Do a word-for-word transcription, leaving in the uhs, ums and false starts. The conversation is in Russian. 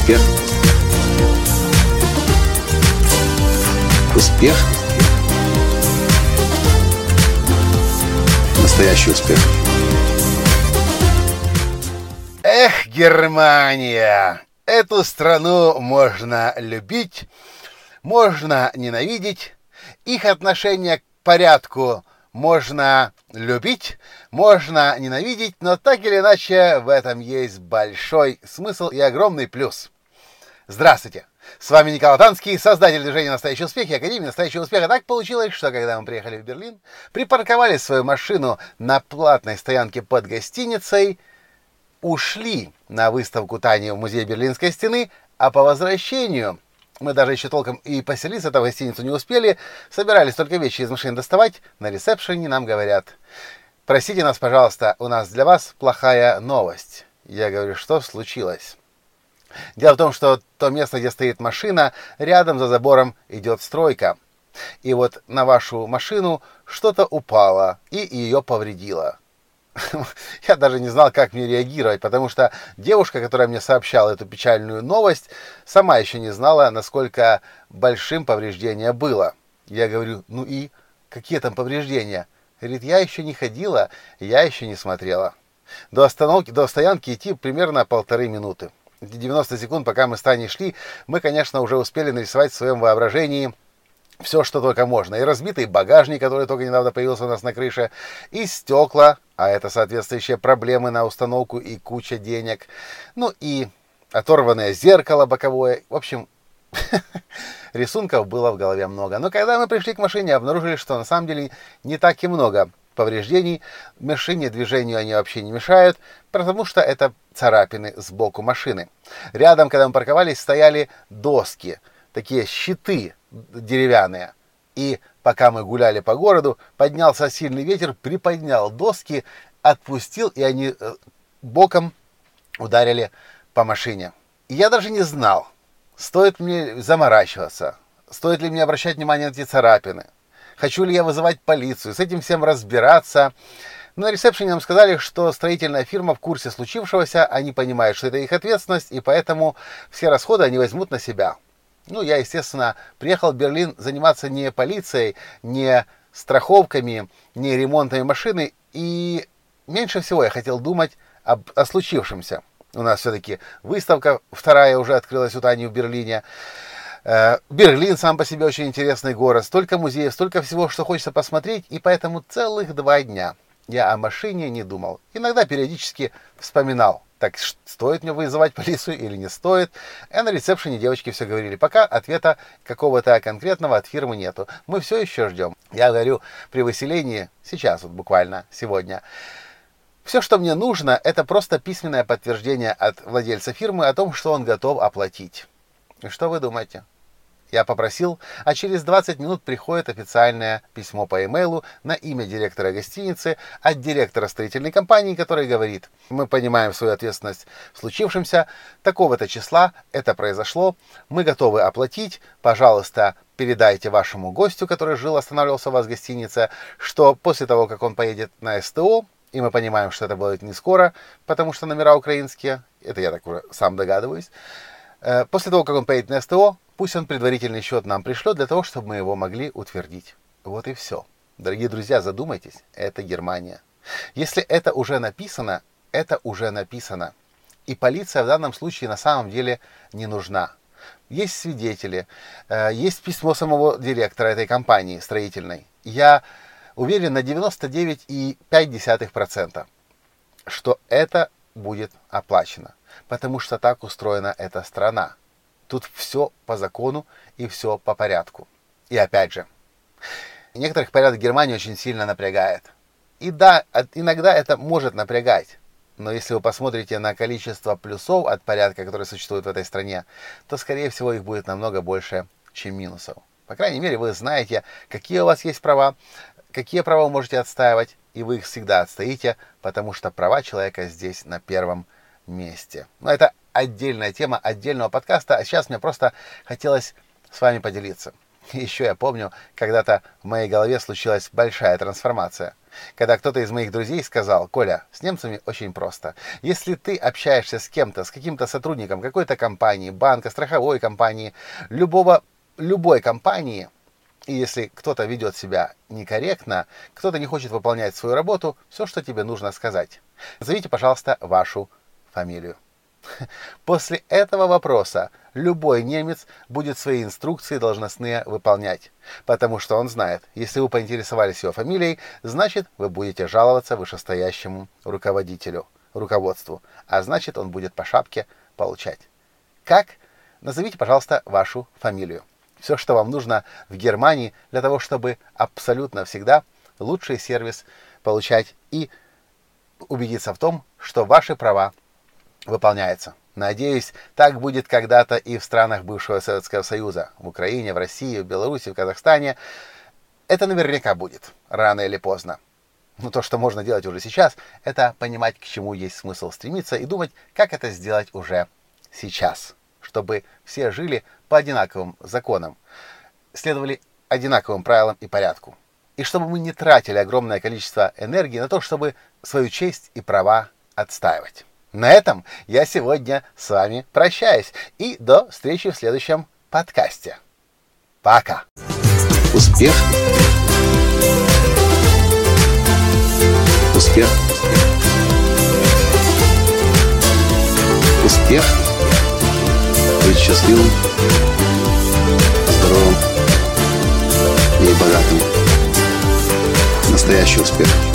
Успех. Успех. Настоящий успех. Эх, Германия! Эту страну можно любить, можно ненавидеть. Их отношение к порядку можно любить, можно ненавидеть, но так или иначе в этом есть большой смысл и огромный плюс. Здравствуйте! С вами Николай Танский, создатель движения «Настоящий успех» и Академии «Настоящего успеха». Так получилось, что когда мы приехали в Берлин, припарковали свою машину на платной стоянке под гостиницей, ушли на выставку Тани в музей Берлинской стены, а по возвращению, мы даже еще толком и поселиться в гостиницу не успели, собирались только вещи из машины доставать, на ресепшене нам говорят: простите нас, пожалуйста, у нас для вас плохая новость. Я говорю: что случилось? Дело в том, что то место, где стоит машина, рядом за забором идет стройка. И вот на вашу машину что-то упало и ее повредило. Я даже не знал, как мне реагировать, потому что девушка, которая мне сообщала эту печальную новость, сама еще не знала, насколько большим повреждение было. Я говорю: ну и какие там повреждения? Говорит: я еще не ходила, я еще не смотрела. До остановки, до стоянки идти примерно полторы минуты. Эти девяносто секунд, пока мы с Таней шли, мы, конечно, уже успели нарисовать в своем воображении все, что только можно. И разбитый багажник, который только недавно появился у нас на крыше, и стекла, а это соответствующие проблемы на установку и куча денег. Ну и оторванное зеркало боковое. В общем, рисунков было в голове много. Но когда мы пришли к машине, обнаружили, что на самом деле не так и много повреждений. Машине, движению они вообще не мешают, потому что это царапины сбоку машины. Рядом, когда мы парковались, стояли доски, такие щиты деревянные. И пока мы гуляли по городу, поднялся сильный ветер, приподнял доски, отпустил, и они боком ударили по машине. И я даже не знал, стоит мне заморачиваться, стоит ли мне обращать внимание на эти царапины, хочу ли я вызывать полицию, с этим всем разбираться. Но на ресепшене нам сказали, что строительная фирма в курсе случившегося, они понимают, что это их ответственность, и поэтому все расходы они возьмут на себя. Ну, я, естественно, приехал в Берлин заниматься не полицией, не страховками, не ремонтами машины, и меньше всего я хотел думать об, о случившемся. У нас все-таки выставка вторая уже открылась у Тани в Берлине. Берлин сам по себе очень интересный город, столько музеев, столько всего, что хочется посмотреть, и поэтому целых два дня я о машине не думал. Иногда периодически вспоминал, так стоит мне вызывать полицию или не стоит. А на ресепшене девочки все говорили, пока ответа какого-то конкретного от фирмы нету. Мы все еще ждем. Я говорю, при выселении, сейчас вот буквально сегодня, все, что мне нужно, это просто письменное подтверждение от владельца фирмы о том, что он готов оплатить. И что вы думаете? Я попросил, а через двадцать минут приходит официальное письмо по e-mail на имя директора гостиницы от директора строительной компании, который говорит: мы понимаем свою ответственность в случившемся, такого-то числа это произошло, мы готовы оплатить, пожалуйста, передайте вашему гостю, который жил, останавливался у вас в гостинице, что после того, как он поедет на СТО, и мы понимаем, что это будет не скоро, потому что номера украинские, это я так уже сам догадываюсь, после того, как он поедет на СТО, пусть он предварительный счет нам пришлет для того, чтобы мы его могли утвердить. Вот и все. Дорогие друзья, задумайтесь, это Германия. Если это уже написано, это уже написано. И полиция в данном случае на самом деле не нужна. Есть свидетели, есть письмо самого директора этой компании строительной. Я уверен на девяносто девять и пять десятых процента, что это будет оплачено. Потому что так устроена эта страна. Тут все по закону и все по порядку. И опять же, некоторых порядок Германии очень сильно напрягает. И да, иногда это может напрягать. Но если вы посмотрите на количество плюсов от порядка, которые существуют в этой стране, то, скорее всего, их будет намного больше, чем минусов. По крайней мере, вы знаете, какие у вас есть права, какие права вы можете отстаивать, и вы их всегда отстоите, потому что права человека здесь на первом месте. Но это отдельная тема отдельного подкаста, а сейчас мне просто хотелось с вами поделиться. Еще я помню, когда-то в моей голове случилась большая трансформация. Когда кто-то из моих друзей сказал: «Коля, с немцами очень просто. Если ты общаешься с кем-то, с каким-то сотрудником какой-то компании, банка, страховой компании, любого, любой компании, и если кто-то ведет себя некорректно, кто-то не хочет выполнять свою работу, все, что тебе нужно сказать: назовите, пожалуйста, вашу фамилию». После этого вопроса любой немец будет свои инструкции должностные выполнять, потому что он знает, если вы поинтересовались его фамилией, значит, вы будете жаловаться вышестоящему руководителю, руководству, а значит, он будет по шапке получать. Как? Назовите, пожалуйста, вашу фамилию. Все, что вам нужно в Германии для того, чтобы абсолютно всегда лучший сервис получать и убедиться в том, что ваши права выполняется. Надеюсь, так будет когда-то и в странах бывшего Советского Союза, в Украине, в России, в Беларуси, в Казахстане. Это наверняка будет, рано или поздно. Но то, что можно делать уже сейчас, это понимать, к чему есть смысл стремиться, и думать, как это сделать уже сейчас, чтобы все жили по одинаковым законам, следовали одинаковым правилам и порядку. И чтобы мы не тратили огромное количество энергии на то, чтобы свою честь и права отстаивать. На этом я сегодня с вами прощаюсь. И до встречи в следующем подкасте. Пока. Успех. Успех. Успех. Быть счастливым, здоровым и богатым. Настоящий успех.